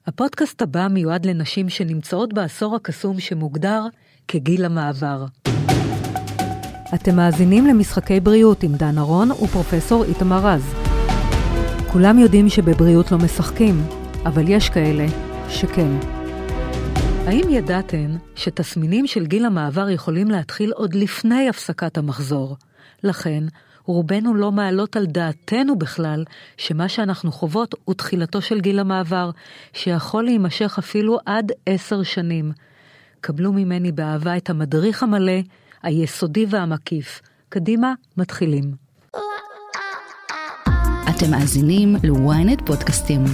הפודקאסט הבא מיועד לנשים שנמצאות בעשור הקסום שמוגדר כגיל המעבר. אתם מאזינים למשחקי בריאות עם דן ארון ופרופסור איתמר רז. כולם יודעים שבבריאות לא משחקים, אבל יש כאלה שכן. האם ידעתם שתסמינים של גיל המעבר יכולים להתחיל עוד לפני הפסקת המחזור? לכן, רובנו לא מעלות על דעתנו בכלל שמה שאנחנו חוות הוא תחילתו של גיל המעבר, שיכול להימשך אפילו עד 10 שנים. קבלו ממני באהבה את המדריך המלא, היסודי והמקיף. קדימה, מתחילים. אתם מאזינים ל-ynet פודקאסטים.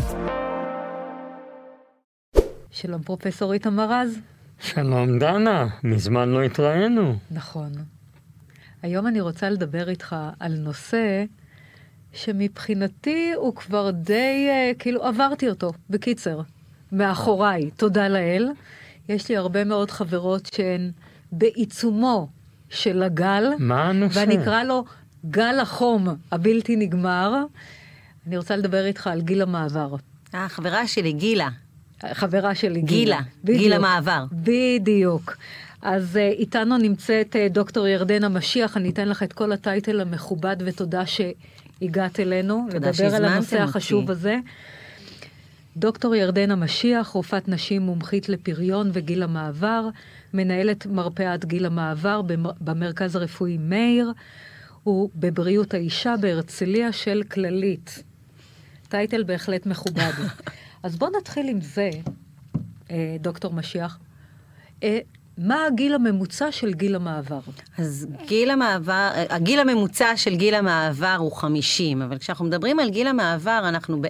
שלום פרופסור איתמר רז. שלום דנה, מזמן לא התראינו. נכון. היום אני רוצה לדבר איתך על נושא שמבחינתי הוא כבר די, כאילו עברתי אותו, בקיצר, מאחוריי, תודה לאל. יש לי הרבה מאוד חברות שהן בעיצומו של הגל. מה הנושא? ואני אקרא לו גל החום הבלתי נגמר. אני רוצה לדבר איתך על גיל המעבר. חברה שלי, גילה. חברה שלי, גילה. גיל המעבר. בדיוק. אז איתנו נמצאת דוקטור ירדנה משיח, אני אתן לך את כל הטייטל המכובד ותודה שהגעת אלינו. תודה לדבר על הנושא שהזמנתם החשוב אותי. הזה. דוקטור ירדנה משיח, רופאת נשים מומחית לפריון וגיל המעבר, מנהלת מרפאת גיל המעבר במרכז הרפואי מאיר, ובבריאות האישה בהרצליה של כללית. טייטל בהחלט מכובד. אז בוא נתחיל עם זה, דוקטור משיח. מה הגיל הממוצע של גיל המעבר? אז הגיל הממוצע של גיל המעבר הוא 50, אבל כשאנחנו מדברים על גיל המעבר,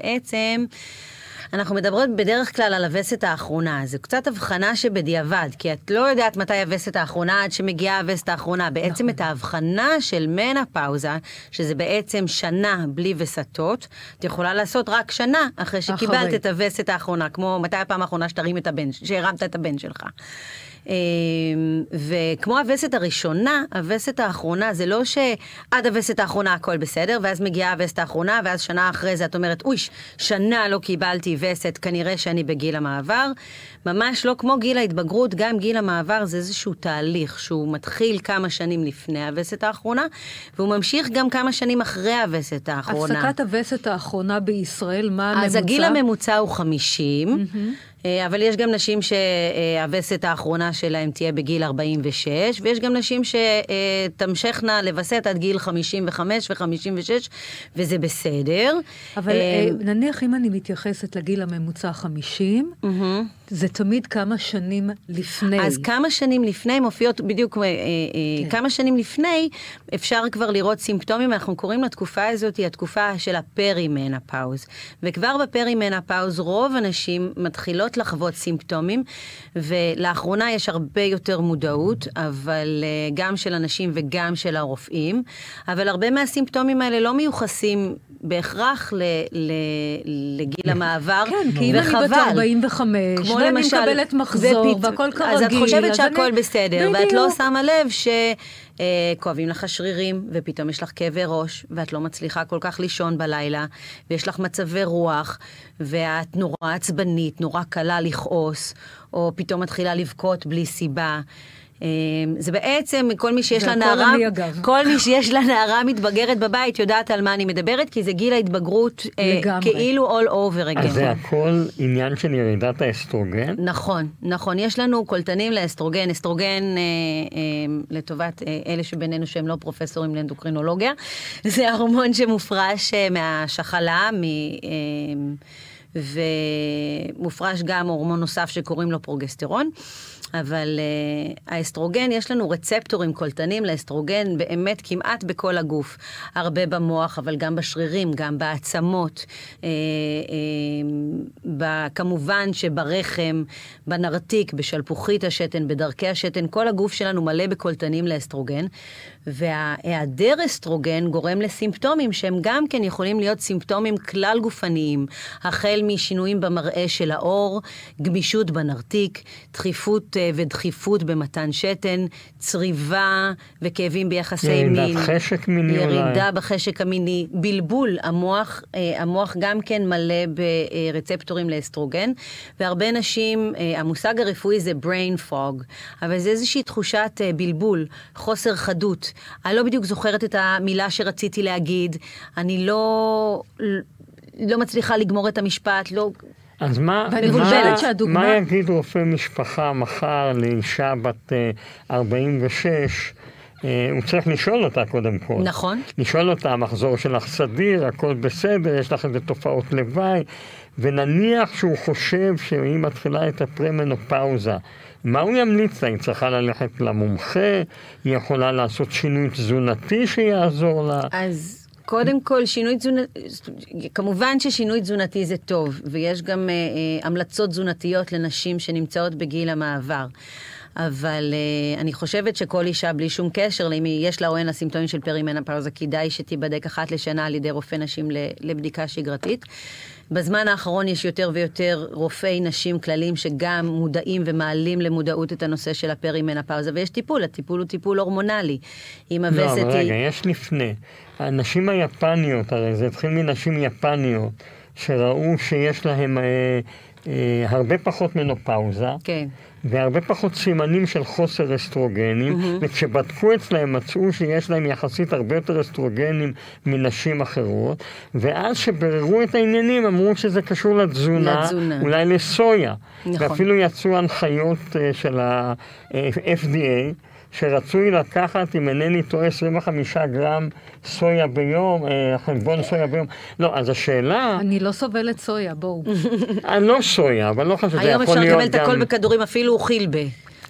אנחנו מדברות בדרך כלל על הווסת האחרונה. זה קצת הבחנה שבדיעבד, כי את לא יודעת מתי הווסת האחרונה עד שמגיעה הווסת האחרונה. בעצם נכון. את ההבחנה של מנופאוזה, שזה בעצם שנה בלי וסתות, את יכולה לעשות רק שנה אחרי שקיבלת את הווסת האחרונה, כמו מתי הפעם האחרונה שהרמת את הבן שלך. וכמו הווסת הראשונה, הווסת האחרונה, זה לא שעד הווסת האחרונה הכל בסדר, ואז מגיעה הווסת האחרונה, ואז שנה אחרי זה את אומרת, שנה לא קיבלתי וסת, כנראה שאני בגיל המעבר. ממש לא כמו גיל ההתבגרות, גם גיל המעבר זה איזשהו תהליך שהוא מתחיל כמה שנים לפני הווסת האחרונה, והוא ממשיך גם כמה שנים אחרי הווסת האחרונה. הפסקת הווסת האחרונה בישראל, מה הממוצע? אז הגיל הממוצע הוא 50, אבל יש גם נשים שהווסת האחרונה שלהם תהיה בגיל 46, ויש גם נשים שתמשכנה לבסת עד גיל 55 ו-56, וזה בסדר. אבל נניח אם אני מתייחסת לגיל הממוצע 50, זה תמיד כמה שנים לפני. אז כמה שנים לפני מופיעות, בדיוק כמה שנים לפני, אפשר כבר לראות סימפטומים. אנחנו קוראים לתקופה הזאת, היא התקופה של הפרימנופאוז. וכבר בפרימנופאוז רוב הנשים מתחילות לחוות סימפטומים, ולאחרונה יש הרבה יותר מודעות, אבל גם של הנשים וגם של הרופאים. אבל הרבה מהסימפטומים האלה לא מיוחסים בהכרח לגיל המעבר, כן, כי אם אני בת 45, ואני מקבלת מחזור, והכל כרגיל. אז את חושבת שהכל בסדר, ואת לא שמה לב שכואבים לך שרירים, ופתאום יש לך כאבי ראש, ואת לא מצליחה כל כך לישון בלילה, ויש לך מצבי רוח, ואת נורא עצבנית, נורא קלה לכעוס, או פתאום מתחילה לבכות בלי סיבה. זה בעצם כל מי שיש לה נערה מתבגרת בבית יודעת על מה אני מדברת, כי זה גיל ההתבגרות כאילו all over again. אז זה הכל עניין של ירידת האסטרוגן? נכון, יש לנו קולטנים לאסטרוגן, אסטרוגן לטובת אלה שבינינו שהם לא פרופסורים לאנדוקרינולוגיה, זה ההורמון שמופרש מהשחלה, ומופרש גם הורמון נוסף שקוראים לו פרוגסטרון, אבל האסטרוגן, יש לנו רצפטורים קולטנים לאסטרוגן באמת כמעט בכל הגוף, הרבה במוח, אבל גם בשרירים, גם בעצמות, כמובן שברחם, בנרתיק, בשלפוחית השתן, בדרכי השתן, כל הגוף שלנו מלא בקולטנים לאסטרוגן, והיעדר אסטרוגן גורם לסימפטומים שהם גם כן יכולים להיות סימפטומים כלל גופניים, החל החל משינויים במראה של האור, גמישות בנרתיק, דחיפות ודחיפות במתן שתן, צריבה וכאבים ביחסי מין. ירידת חשק מיני אולי. ירידה בחשק המיני, בלבול, המוח גם כן מלא ברצפטורים לאסטרוגן, והרבה נשים, המושג הרפואי זה brain fog, אבל זה איזושהי תחושת בלבול, חוסר חדות. אני לא בדיוק זוכרת את המילה שרציתי להגיד, אני לא מצליחה לגמור את המשפט, לא... אז מה יגיד רופא משפחה מחר לאישה בת 46, הוא צריך לשאול אותה קודם כל. נכון. לשאול אותה, המחזור שלך סדיר, הכל בסדר, יש לך איזה תופעות לוואי, ונניח שהוא חושב שהיא מתחילה את הפרמנופאוזה. מה הוא ימליץ לה? היא צריכה ללכת למומחה, היא יכולה לעשות שינוי תזונתי שיעזור לה. אז קודם כל, כמובן ששינוי תזונתי זה טוב, ויש גם המלצות תזונתיות לנשים שנמצאות בגיל המעבר. אבל אני חושבת שכל אישה בלי שום קשר, אם יש לה או אין לה סימפטומים של פרימנופאוזה, כדאי שתיבדק אחת לשנה על ידי רופא נשים לבדיקה שגרתית. בזמן האחרון יש יותר ויותר רופאי נשים כללים שגם מודעים ומעלים למודעות את הנושא של הפרימנופאוזה, ויש טיפול, הטיפול הוא טיפול הורמונלי. לא, אבל רגע, יש לפני. הנשים היפניות, הרי זה התחיל מנשים יפניות, שראו שיש להם הרבה פחות מנופאוזה, כן. והרבה פחות סימנים של חוסר אסטרוגנים, וכשבדקו אצלהם מצאו שיש להם יחסית הרבה יותר אסטרוגנים מנשים אחרות, ואז שבררו את העניינים אמרו שזה קשור לתזונה. אולי לסויה. נכון. ואפילו יצאו הנחיות של ה-FDA, שרצוי לקחת, אם אינני טועה, 25 גרם סויה ביום, חלבון סויה ביום. לא, אז השאלה... אני לא סובלת סויה, בואו. לא סויה, אבל לא חושב שזה יכול להיות גם... היום אפשר לקבל את הכל בכדורים, אפילו חילבה.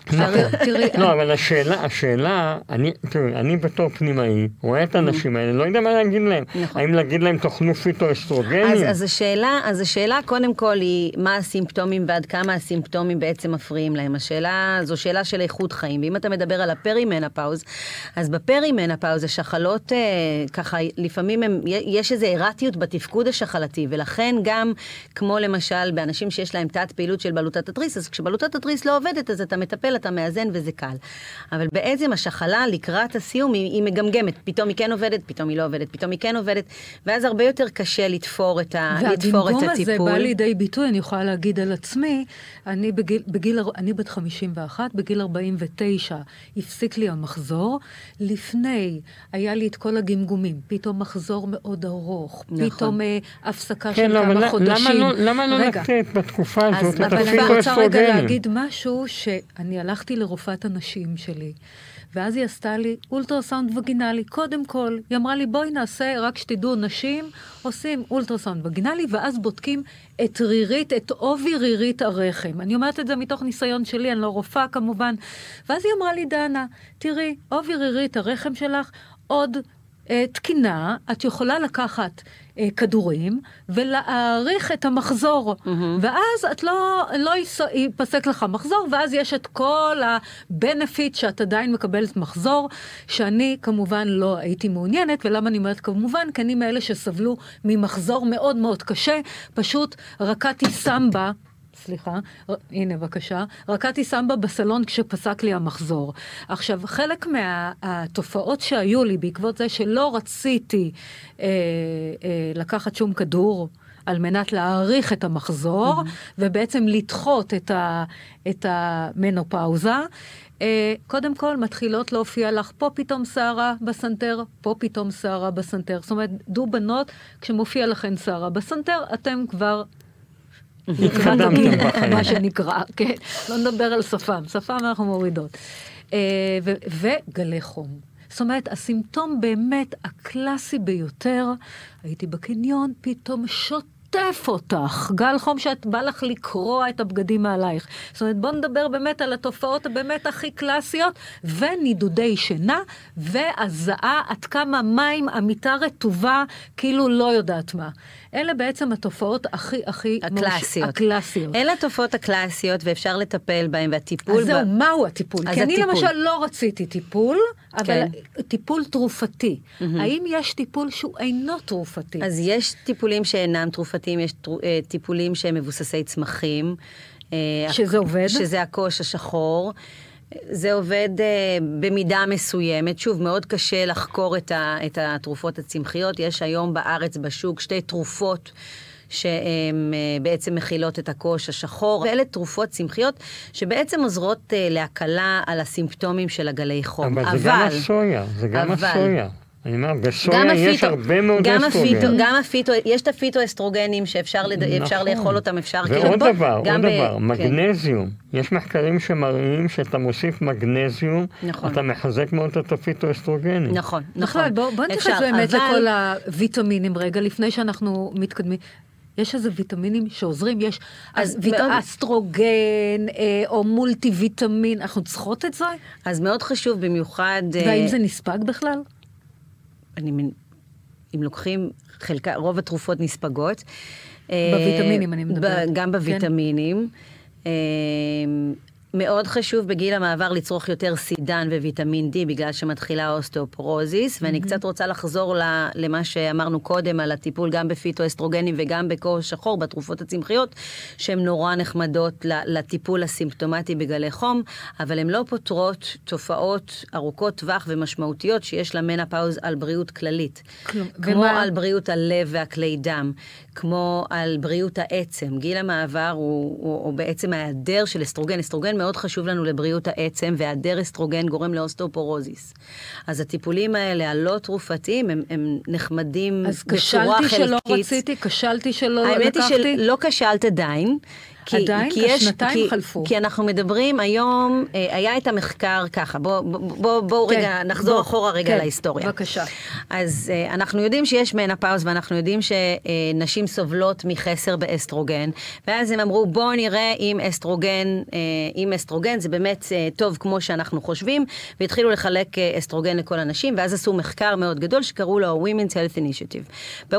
לא, אבל השאלה, אני בתור פנימאי, רואה את האנשים האלה, לא יודע מה להגיד להם. האם להגיד להם תאכלו פיטואסטרוגנים? אז השאלה קודם כל היא מה הסימפטומים ועד כמה הסימפטומים בעצם מפריעים להם. זו שאלה של איכות חיים. ואם אתה מדבר על הפרימנופאוז, אז בפרימנופאוז השחלות ככה לפעמים יש איזו אירטיות בתפקוד השחלתי, ולכן גם כמו למשל באנשים שיש להם תת פעילות של בלוטת התריס, אז כשבלוטת התריס לא עובדת, אז אתה מטפל, אתה מאזן וזה קל. אבל בעצם השחלה לקראת הסיום היא מגמגמת. פתאום היא כן עובדת, פתאום היא לא עובדת, פתאום היא כן עובדת, ואז הרבה יותר קשה לתפור את הטיפול. והדמגום הזה בא לידי ביטוי, אני יכולה להגיד על עצמי, אני בת 51, בגיל 49 הפסיק לי המחזור, לפני היה לי את כל הגמגומים, פתאום מחזור מאוד ארוך, פתאום הפסקה של כמה חודשים. למה לא לתת בתקופה הזאת? אבל אני רוצה רגע להגיד משהו שאני הלכתי לרופאת הנשים שלי, ואז היא עשתה לי אולטרסאונד וגינלי. קודם כל, היא אמרה לי, בואי נעשה, רק שתדעו, נשים עושים אולטרסאונד וגינלי, ואז בודקים את עובי רירית הרחם. אני אומרת את זה מתוך ניסיון שלי, אני לא רופאה כמובן. ואז היא אמרה לי, דנה, תראי, עובי רירית הרחם שלך עוד תקינה, את יכולה לקחת כדורים ולהעריך את המחזור, ואז את לא ייפסק לך מחזור, ואז יש את כל הבנפיט שאת עדיין מקבלת מחזור, שאני כמובן לא הייתי מעוניינת, ולמה אני אומרת כמובן? כי אני מאלה שסבלו ממחזור מאוד מאוד קשה, פשוט רקעתי סמבה, סליחה, הנה בבקשה, רקעתי סמבה בסלון כשפסק לי המחזור. עכשיו, חלק מהתופעות שהיו לי בעקבות זה שלא רציתי לקחת שום כדור על מנת להעריך את המחזור, ובעצם לדחות את המנופאוזה, קודם כל מתחילות להופיע לך פה פתאום שערה בסנטר, פה פתאום שערה בסנטר. זאת אומרת, דו בנות, כשמופיע לכן שערה בסנטר, אתם כבר... התקדמתם בחיים. מה שנקרא, כן. לא נדבר על שפם אנחנו מורידות. וגלי חום. זאת אומרת, הסימפטום באמת הקלאסי ביותר, הייתי בקניון, פתאום שוטף אותך. גל חום שאת בא לך לקרוע את הבגדים מעלייך. זאת אומרת, בוא נדבר באמת על התופעות הבאמת הכי קלאסיות, ונידודי שינה, והזעה עד כמה מים, המיטה רטובה, כאילו לא יודעת מה. אלה בעצם התופעות הכי הקלאסיות. הקלאסיות. אלה התופעות הקלאסיות, ואפשר לטפל בהן, והטיפול... אז זהו, מהו הטיפול? כי אני למשל לא רציתי טיפול, אבל טיפול תרופתי. האם יש טיפול שהוא אינו תרופתי? אז יש טיפולים שאינם תרופתיים, יש טיפולים שהם מבוססי צמחים. שזה עובד? שזה הקוש השחור. זה עובד במידה מסוימת. שוב, מאוד קשה לחקור את התרופות הצמחיות. יש היום בארץ בשוק 2 תרופות שהן בעצם מכילות את הקוש השחור. ואלה תרופות צמחיות שבעצם עוזרות להקלה על הסימפטומים של הגלי חום. אבל זה גם הסויה, זה גם הסויה. אני אומר, בסויה יש הרבה מאוד אסטרוגן. גם הפיטו, יש את הפיטו-אסטרוגנים שאפשר לאכול אותם, אפשר... ועוד דבר, מגנזיום. יש מחקרים שמראים שאתה מוסיף מגנזיום, אתה מחזק מאוד את הפיטו-אסטרוגנים. נכון. בוא נתייחס באמת לכל הוויטמינים רגע, לפני שאנחנו מתקדמים. יש איזה ויטמינים שעוזרים, יש אסטרוגן או מולטי ויטמין, אנחנו צריכות את זה? אז מאוד חשוב במיוחד... והאם זה נספג בכלל? אם לוקחים רוב התרופות נספגות. בוויטמינים אני מדברת. גם בוויטמינים. מאוד חשוב בגיל המעבר לצרוך יותר סידן וויטמין D, בגלל שמתחילה אוסטאופורוזיס, ואני קצת רוצה לחזור למה שאמרנו קודם, על הטיפול גם בפיטואסטרוגנים וגם בקוש שחור, בתרופות הצמחיות, שהן נורא נחמדות לטיפול הסימפטומטי בגלי חום, אבל הן לא פותרות תופעות ארוכות טווח ומשמעותיות שיש למנופאוז על בריאות כללית. כמו על בריאות הלב והכלי דם, כמו על בריאות העצם. גיל המעבר הוא בעצם ההיעדר של אסטרוגן. אסטרוגן מאוד חשוב לנו לבריאות העצם, והיעדר אסטרוגן גורם לאוסטאופורוזיס. אז הטיפולים האלה, הלא תרופתיים, הם נחמדים בצורה חלקית. כשלתי שלא לקחתי. האמת היא שלא כשלת עדיין. עדיין? השנתיים חלפו. כי אנחנו מדברים היום, היה את המחקר ככה, בואו רגע, נחזור אחורה רגע להיסטוריה. בבקשה. אז אנחנו יודעים שיש מנופאוז, ואנחנו יודעים שנשים סובלות מחסר באסטרוגן, ואז הם אמרו, בואו נראה אם אסטרוגן זה באמת טוב כמו שאנחנו חושבים, והתחילו לחלק אסטרוגן לכל הנשים, ואז עשו מחקר מאוד גדול שקראו לו Women's Health Initiative.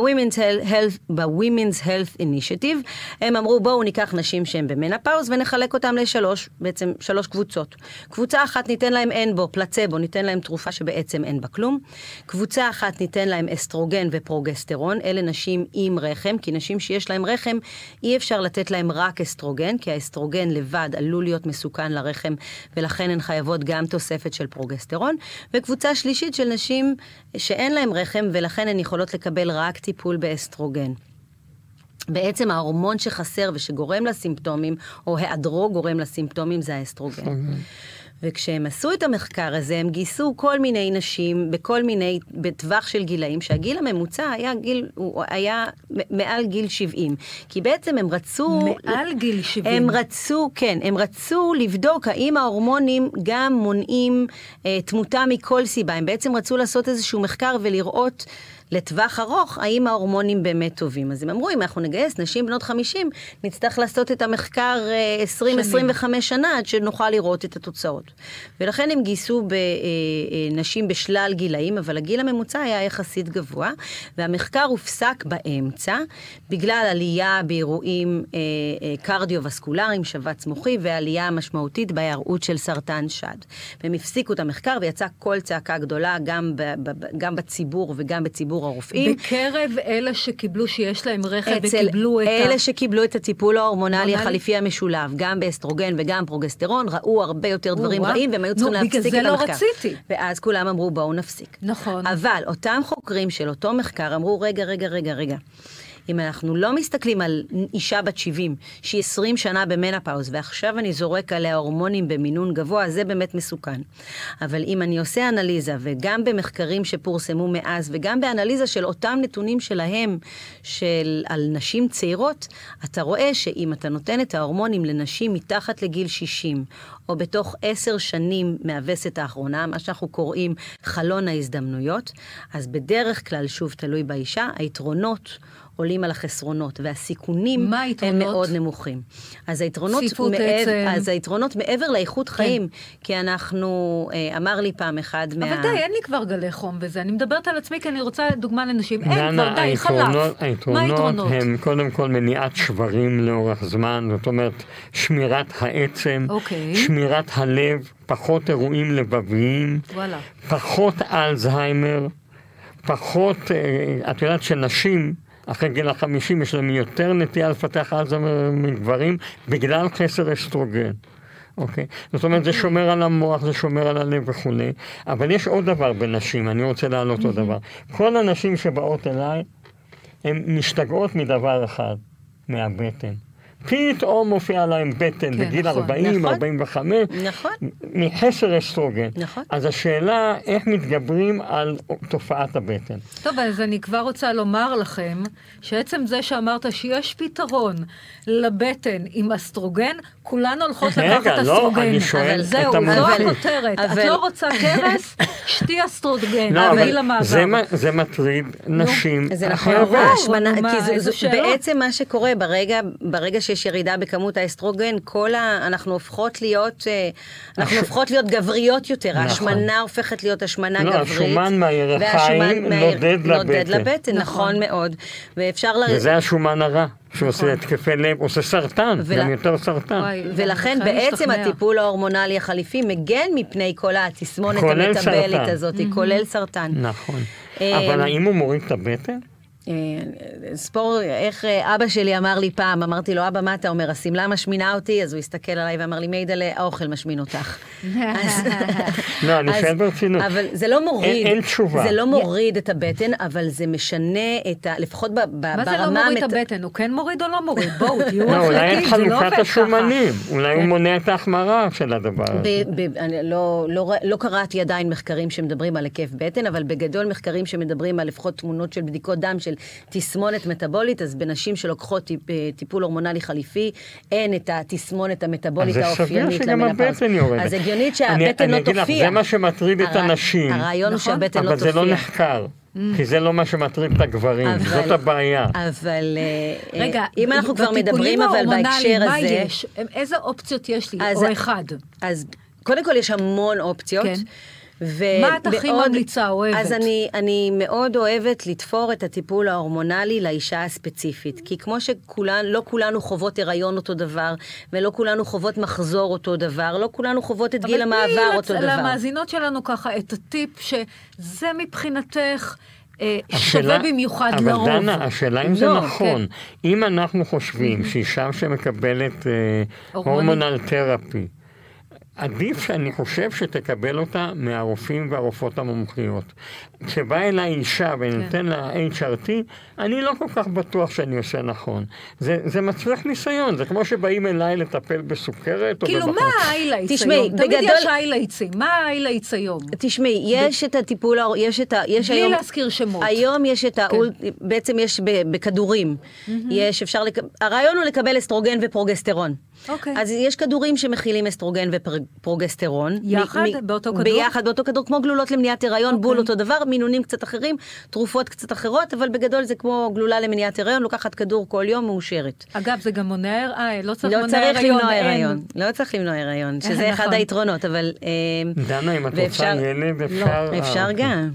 ב-Women's Health Initiative, הם אמרו, בואו ניקח נשים שהם במנופאוז, ונחלק אותם בעצם 3 קבוצות. קבוצה אחת ניתן להם אנבו, פלצבו, ניתן להם תרופה שבעצם אין בה כלום. קבוצה אחת ניתן להם אסטרוגן ופרוגסטרון, אלה נשים עם רחם, כי נשים שיש להם רחם, אי אפשר לתת להם רק אסטרוגן, כי האסטרוגן לבד עלול להיות מסוכן לרחם, ולכן הן חייבות גם תוספת של פרוגסטרון. וקבוצה שלישית של נשים שאין להם רחם, ולכן הן יכולות לקבל רק טיפול באסטרוגן. בעצם ההורמון שחסר ושגורם לסימפטומים, או היעדרו גורם לסימפטומים, זה האסטרוגן. וכשהם עשו את המחקר הזה, הם גייסו כל מיני נשים, בטווח של גילאים, שהגיל הממוצע היה מעל גיל 70. כי בעצם הם רצו... מעל גיל 70? הם רצו לבדוק האם ההורמונים גם מונעים תמותה מכל סיבה. הם בעצם רצו לעשות איזשהו מחקר ולראות... לטווח ארוך, האם ההורמונים באמת טובים. אז הם אמרו, אם אנחנו נגייס נשים בנות 50, נצטרך לעשות את המחקר 20-25 שנה, עד שנוכל לראות את התוצאות. ולכן הם גייסו נשים בשלל גילאים, אבל הגיל הממוצע היה יחסית גבוה, והמחקר הופסק באמצע, בגלל עלייה באירועים קרדיו-וסקולריים, שבץ מוחי, ועלייה משמעותית בהיארעות של סרטן שד. והם הפסיקו את המחקר, ויצא כל צעקה גדולה, גם בציבור וגם בציבור הרופאים. בקרב אלה שקיבלו שיש להם רחם וקיבלו את אלה שקיבלו את הטיפול ההורמונלי החליפי המשולב, גם באסטרוגן וגם פרוגסטרון, ראו הרבה יותר דברים רעים, והם היו צריכים להפסיק את המחקר. בגלל זה לא רציתי. ואז כולם אמרו, בואו נפסיק. נכון. אבל אותם חוקרים של אותו מחקר אמרו, רגע. אם אנחנו לא מסתכלים על אישה בת 70, שהיא 20 שנה במנופאוז, ועכשיו אני זורק עליה הורמונים במינון גבוה, זה באמת מסוכן. אבל אם אני עושה אנליזה, וגם במחקרים שפורסמו מאז, וגם באנליזה של אותם נתונים שלהם, על נשים צעירות, אתה רואה שאם אתה נותן את ההורמונים לנשים מתחת לגיל 60, או בתוך 10 שנים מהווסת האחרונה, מה שאנחנו קוראים חלון ההזדמנויות, אז בדרך כלל, שוב תלוי באישה, היתרונות, עולים על החסרונות, והסיכונים הם מאוד נמוכים. אז היתרונות מעבר לאיכות חיים, כי אנחנו, אמר לי פעם אחד אבל די, אין לי כבר גלי חום וזה, אני מדברת על עצמי כי אני רוצה דוגמה לנשים, אין כבר, די, חלף. היתרונות הם קודם כל מניעת שברים לאורך זמן, זאת אומרת, שמירת העצם, שמירת הלב, פחות אירועים לבביים, פחות אלצהיימר, פחות, את יודעת שנשים, אחרי גיל 50 יש להם יותר נטייה לפתח אלצהיימר מגברים, בגלל חסר אסטרוגן. אוקיי? זאת אומרת, זה שומר על המוח, זה שומר על הלב וכו'. אבל יש עוד דבר בנשים, אני רוצה להעלות עוד דבר. כל הנשים שבאות אליי, הן משתגעות מדבר אחד, מהבטן. פתאום מופיע להם בטן בגיל 40, 45, מחסר אסטרוגן. אז השאלה, איך מתגברים על תופעת הבטן? טוב, אז אני כבר רוצה לומר לכם, שעצם זה שאמרת שיש פתרון לבטן עם אסטרוגן, כולן הולכות לקחת אסטרוגן. אני שואל את המומחים. זו הכותרת. את לא רוצה קרס, שתי אסטרוגן. זה מטריד נשים אחרי בעצם מה שקורה ברגע שיש ירידה בכמות האסטרוגן, אנחנו הופכות להיות גבריות יותר. ההשמנה הופכת להיות השמנה גברית. השומן מהירכיים נודד לבטן. נכון מאוד. וזה השומן הרע. שעושה התקפי לב, עושה סרטן, גם יותר סרטן. ולכן בעצם הטיפול ההורמונלי החליפי מגן מפני כל התסמונת המטבלית הזאת, כולל סרטן. נכון. אבל האם הוא מוריד את הבטן? ספור, איך אבא שלי אמר לי פעם, אמרתי לו, אבא, מה אתה אומר? השמלה משמינה אותי, אז הוא הסתכל עליי ואמר לי, מיידלה, האוכל משמין אותך. לא, אני שואל ברצינות. אבל זה לא מוריד. אין תשובה. זה לא מוריד את הבטן, אבל זה משנה את לפחות ברמה... מה זה לא מוריד את הבטן? הוא כן מוריד או לא מוריד? בואו, תהיו החלטים, אולי את חלוקת השומנים. אולי הוא מונע את ההחמרה של הדבר הזה. לא קראתי עדיין מחקרים שמדברים על היקף בטן, אבל בגדול מחקרים שמדברים על לפחות תמונות של בדיקות דם של תסמונת מטאבולית, אז בנשים שלוקחות טיפול הורמונלי חליפי, אין את התסמונת המטאבולית האופיינית למנופאוז. אז הגיונית שהבטן לא תופיע. זה מה שמטריד את הנשים. הרעיון הוא שהבטן לא תופיע. אבל זה לא נחקר. כי זה לא מה שמטריד את הגברים, זאת הבעיה. אבל רגע, אם אנחנו כבר מדברים אבל בהקשר הזה... מה יש? איזה אופציות יש לי? או אחד? אז קודם כל יש המון אופציות. מה את הכי ממליצה, אוהבת? אז אני מאוד אוהבת לתפור את הטיפול ההורמונלי לאישה הספציפית, כי כמו לא כולנו חוות הריון אותו דבר, ולא כולנו חוות מחזור אותו דבר, לא כולנו חוות את גיל המעבר אותו דבר. אבל למאזינות שלנו ככה את הטיפ שזה מבחינתך... שווה במיוחד לרוב. אבל דנה, השאלה אם זה נכון. אם אנחנו חושבים שאישה שמקבלת הורמונל תרפי, עדיף שאני חושב שתקבל אותה מהרופאים והרופאות המומחיות. כשבא אליי אישה ונותן לה HRT, אני לא כל כך בטוח שאני עושה נכון. זה מצריך ניסיון, זה כמו שבאים אליי לטפל בסוכרת או כאילו מה האיילייטס היום? תמיד יש האיילייטסים, מה האיילייטס היום? תשמעי, יש את הטיפול, בלי להזכיר שמות. היום יש את בעצם יש בכדורים. הרעיון הוא לקבל אסטרוגן ופרוגסטרון. אז יש כדורים שמכילים אסטרוגן ופרוגסטרון. יחד באותו כדור? ביחד באותו כדור, כמו גלולות למניעת הריון, בול אותו דבר, מינונים קצת אחרים, תרופות קצת אחרות, אבל בגדול זה כמו גלולה למניעת הריון, לוקחת כדור כל יום מאושרת. אגב, זה גם מונע, לא צריך למנוע הריון. לא צריך למנוע הריון, שזה אחד היתרונות, אבל... דנה, אם את רוצה ילד, אפשר גם.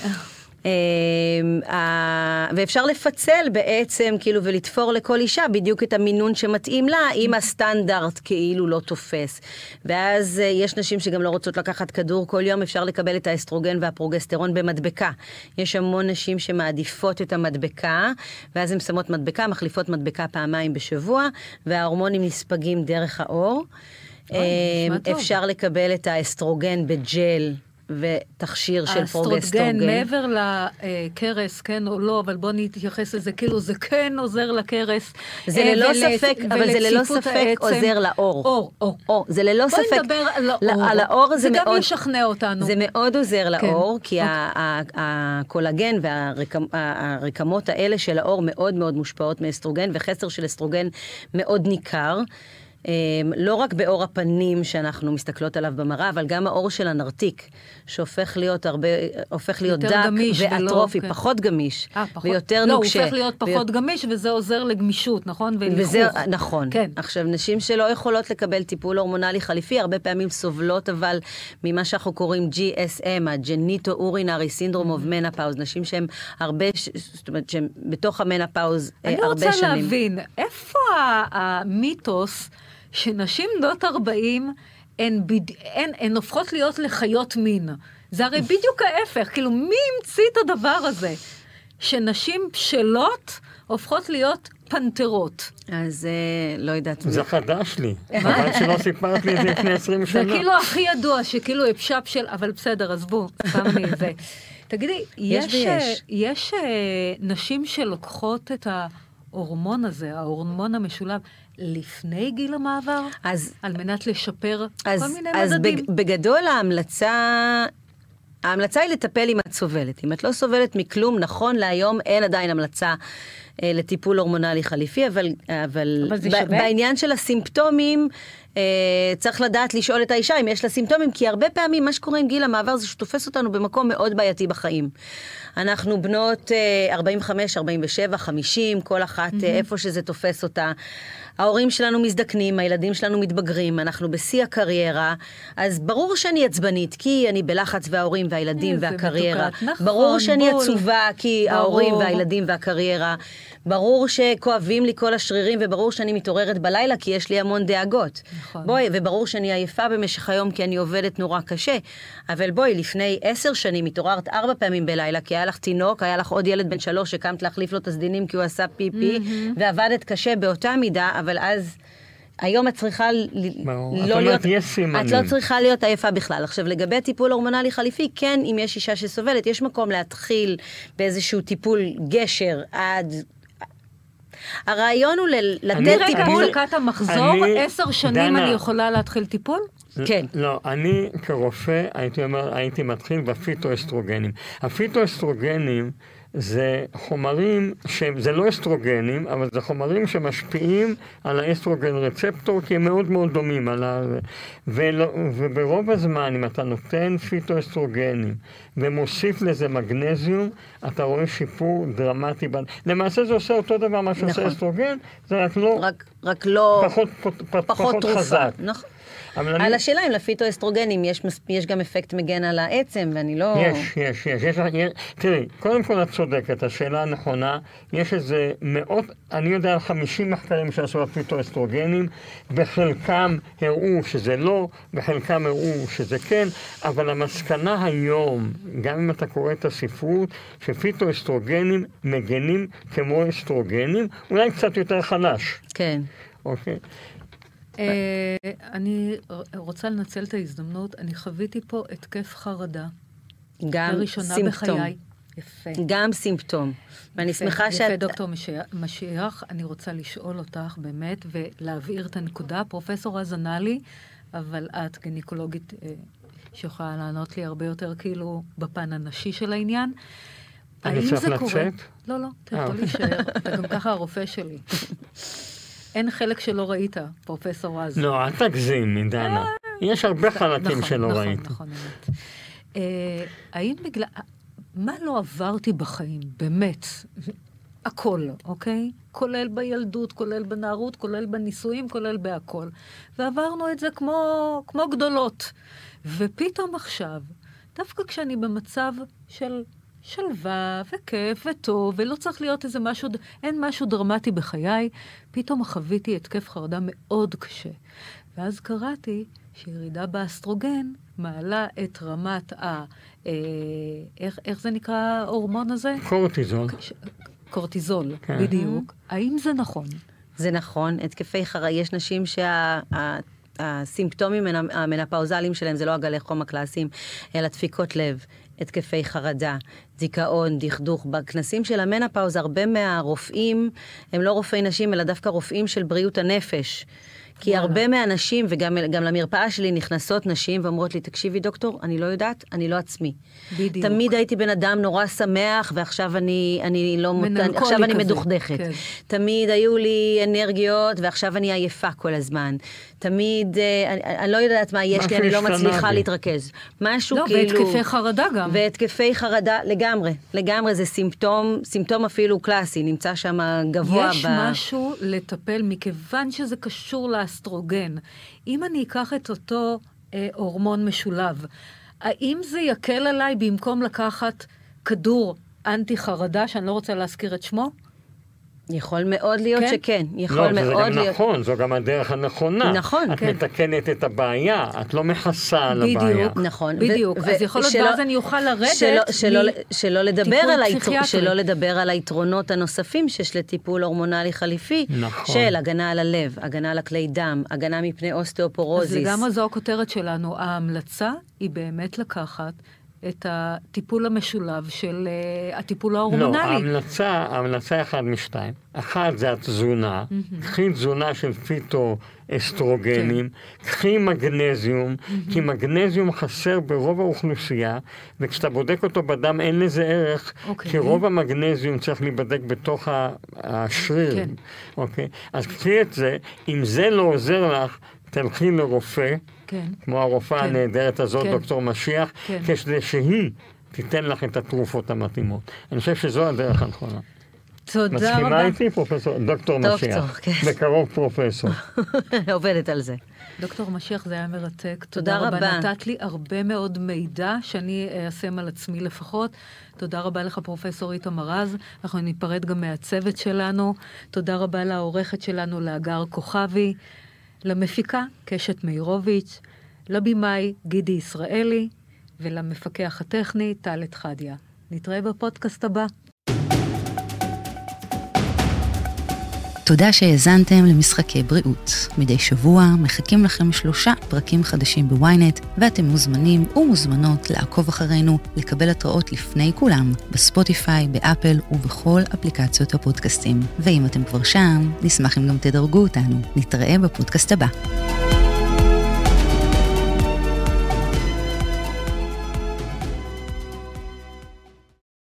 ואפשר לפצל בעצם כאילו ולתפור לכל אישה בדיוק את המינון שמתאים לה אם הסטנדרט כאילו לא תופס. ואז יש נשים שגם לא רוצות לקחת כדור כל יום, אפשר לקבל את האסטרוגן והפרוגסטרון במדבקה. יש המון נשים שמעדיפות את המדבקה, ואז הן שמות מדבקה, מחליפות מדבקה פעמיים בשבוע, וההורמונים נספגים דרך העור. אפשר לקבל את האסטרוגן בג'ל ותכשיר של פרוגסטרוגן. האסטרוגן, מעבר לקרס, כן או לא, אבל בוא נתייחס לזה, כאילו זה כן עוזר לקרס. זה ללא ספק, אבל זה ללא ספק עוזר לאור. אור. זה ללא ספק. בואי נדבר על האור. זה גם ישכנע אותנו. זה מאוד עוזר לאור, כי הקולגן והרקמות האלה של האור מאוד מאוד מושפעות מאסטרוגן, וחסר של אסטרוגן מאוד ניכר. לא רק באור הפנים שאנחנו מסתכלות עליו במראה, אבל גם האור של הנרתיק, שהופך להיות דק ואטרופי, כן. פחות גמיש, ויותר נוקשה. הוא הופך להיות פחות גמיש, וזה עוזר לגמישות, נכון? נכון. כן. עכשיו, נשים שלא יכולות לקבל טיפול הורמונלי חליפי, הרבה פעמים סובלות, אבל ממה שאנחנו קוראים GSM, הג'ניטו-אורינרי סינדרום אוף מנפאוז, נשים שהן הרבה, זאת אומרת, שהן בתוך המנפאוז הרבה שנים. אני רוצה להבין, איפה המיתוס שנשים בנות 40 הן הופכות להיות לחיות מין? זה הרי בדיוק ההפך, כאילו מי המציא את הדבר הזה? שנשים בשלות הופכות להיות פנתרות. אז לא יודעת. זה חדש לי. אבל שלא סיפרת לי את זה לפני 20 שנה. זה כאילו הכי ידוע, שכאילו אפשף של, אבל בסדר, עזבו, פעם לי את זה. תגידי, יש נשים שלוקחות את ההורמון הזה, ההורמון המשולב, לפני גיל המעבר? על מנת לשפר כל מיני מדדים? אז בגדול ההמלצה היא לטפל אם את סובלת. אם את לא סובלת מכלום, נכון להיום אין עדיין המלצה לטיפול הורמונלי חליפי, אבל בעניין של הסימפטומים, צריך לדעת לשאול את האישה אם יש לה סימפטומים, כי הרבה פעמים מה שקורה עם גיל המעבר זה שתופס אותנו במקום מאוד בעייתי בחיים. אנחנו בנות 45, 47, 50, כל אחת איפה שזה תופס אותה. ההורים שלנו מזדקנים, הילדים שלנו מתבגרים, אנחנו בשיא הקריירה, אז ברור שאני עצבנית, כי אני בלחץ וההורים והילדים והקריירה. ברור שאני עצובה, כי ההורים והילדים והקריירה. ברור שכואבים לי כל השרירים, וברור שאני מתעוררת בלילה, כי יש לי המון דאגות. בואי, וברור שאני עייפה במשך היום, כי אני עובדת נורא קשה. אבל בואי, לפני 10 שנים התעוררת 4 פעמים בלילה, כי היה לך תינוק, היה לך עוד ילד בן 3 שקמת להחליף לו את הסדינים, כי הוא עשה פיפי, ועבדת קשה באותה מידה, אבל אז היום את צריכה לא להיות, את לא צריכה להיות עייפה בכלל. עכשיו, לגבי טיפול הורמונלי חליפי, כן, אם יש אישה שסובלת, יש מקום להתחיל באיזשהו טיפול גשר עד הרעיון הוא לתת טיפול... רגע, הפסקת המחזור, 10 שנים אני יכולה להתחיל טיפול? כן. לא, אני כרופא הייתי מתחיל בפיטואסטרוגנים. הפיטואסטרוגנים זה חומרים זה לא אסטרוגנים, אבל זה חומרים שמשפיעים על האסטרוגן רצפטור, כי הם מאוד מאוד דומים וברוב הזמן, אם אתה נותן פיטואסטרוגנים ומוסיף לזה מגנזיום, אתה רואה שיפור דרמטי. למעשה זה עושה אותו דבר מה שעושה אסטרוגן, זה רק לא פחות חזק. נכון. על השאלה אם לפיטואסטרוגנים יש גם אפקט מגן על העצם, ואני לא... יש. תראי, קודם כל את צודקת, השאלה הנכונה, יש איזה אני יודע על 50 מחקרים שעשו על פיטואסטרוגנים, בחלקם הראו שזה לא, בחלקם הראו שזה כן, אבל המסקנה היום, גם אם אתה קורא את הספרות, שפיטואסטרוגנים מגנים כמו אסטרוגנים, אולי קצת יותר חלש. כן. אוקיי. אני רוצה לנצל את ההזדמנות, אני חוויתי פה התקף חרדה. גם סימפטום. בחיי. יפה. גם סימפטום. ואני שמחה שאת... יפה, דוקטור משיח, אני רוצה לשאול אותך באמת, ולהבהיר את הנקודה. פרופסור רז ענה לי, אבל את גניקולוגית שיכולה לענות לי הרבה יותר כאילו בפן הנשי של העניין. אני צריך לצאת? לא, תראה, לא להישאר. אתה גם ככה הרופא שלי. אין חלק שלא ראית, פרופסור רז. לא, אל תגזים, דנה. יש הרבה חלקים שלא ראית. נכון. האם בגלל... מה לא עברתי בחיים? באמת. הכל, אוקיי? כולל בילדות, כולל בנערות, כולל בנישואים, כולל בהכל. ועברנו את זה כמו גדולות. ופתאום עכשיו, דווקא כשאני במצב של... שלווה וכיף וטוב, ולא צריך להיות איזה משהו, אין משהו דרמטי בחיי, פתאום חוויתי התקף חרדה מאוד קשה. ואז קראתי שירידה באסטרוגן מעלה את רמת איך זה נקרא ההורמון הזה? קורטיזול. קורטיזול, בדיוק. האם זה נכון? זה נכון. התקפי חרדה, יש נשים הסימפטומים המנפאוזליים שלהם זה לא הגלי חום הקלאסיים, אלא דפיקות לב, התקפי חרדה, דיכאון, דכדוך. בכנסים של המנפאוז הרבה מהרופאים הם לא רופאי נשים, אלא דווקא רופאים של בריאות הנפש. כי הרבה מהאנשים, וגם למרפאה שלי נכנסות נשים ואומרות לי, תקשיבי דוקטור, אני לא יודעת, אני לא עצמי. בדיוק. תמיד הייתי בן אדם נורא שמח, ועכשיו אני לא עכשיו אני מדוכדכת. כן. תמיד היו לי אנרגיות, ועכשיו אני עייפה כל הזמן. תמיד, אני לא יודעת מה יש לי, אני לא מצליחה להתרכז. משהו כאילו... לא, והתקפי חרדה גם. והתקפי חרדה, לגמרי, זה סימפטום אפילו קלאסי, נמצא שם גבוה. יש משהו לטפל, מכיוון שזה קשור לאסטרוגן. אם אני אקח את אותו הורמון משולב, האם זה יקל עליי במקום לקחת כדור אנטי חרדה, שאני לא רוצה להזכיר את שמו? יכול מאוד להיות שכן, יכול מאוד להיות. לא, זה גם נכון, זו גם הדרך הנכונה. נכון, את מתקנת את הבעיה, את לא מכסה על הבעיה. נכון. בדיוק, אז יכול להיות ואז אני אוכל לרדת שלא לדבר על היתרונות הנוספים שיש לטיפול הורמונלי חליפי, של הגנה על הלב, הגנה על הכלי דם, הגנה מפני אוסטאופורוזיס. אז גם זו הכותרת שלנו, ההמלצה היא באמת לקחת את הטיפול המשולב של הטיפול ההורמונלי. לא, ההמלצה אחד משתיים. אחד זה התזונה, קחי תזונה של פיטו-אסטרוגנים, קחי מגנזיום, כי מגנזיום חסר ברוב האוכלוסייה, וכשאתה בודק אותו בדם אין לזה ערך, כי רוב המגנזיום צריך להיבדק בתוך השריר. אז קחי את זה, אם זה לא עוזר לך, תלכי לרופא, כמו הרופאה הנהדרת הזאת, דוקטור משיח, כדי שהיא תיתן לך את התרופות המתאימות. אני חושב שזו הדרך הנכונה. תודה רבה. מסכימה איתי, דוקטור משיח? בקרוב פרופסור. עובדת על זה. דוקטור משיח, זה היה מרתק. תודה רבה. נתת לי הרבה מאוד מידע שאני אעשם על עצמי לפחות. תודה רבה לך, פרופסור איתמר רז. אנחנו ניפרד גם מהצוות שלנו. תודה רבה לעורכת שלנו, להגר כוכבי. למפיקה, קשת מאירוביץ', לבימאי, גידי ישראלי, ולמפקח הטכני, טלת חדיה. נתראה בפודקאסט הבא. תודה שהאזנתם למשחקי בריאות. מדי שבוע מחכים לכם 3 פרקים חדשים בוויינט, ואתם מוזמנים ומוזמנות לעקוב אחרינו, לקבל התראות לפני כולם, בספוטיפיי, באפל ובכל אפליקציות הפודקאסטים. ואם אתם כבר שם, נשמח אם גם תדרגו אותנו. נתראה בפודקאסט הבא.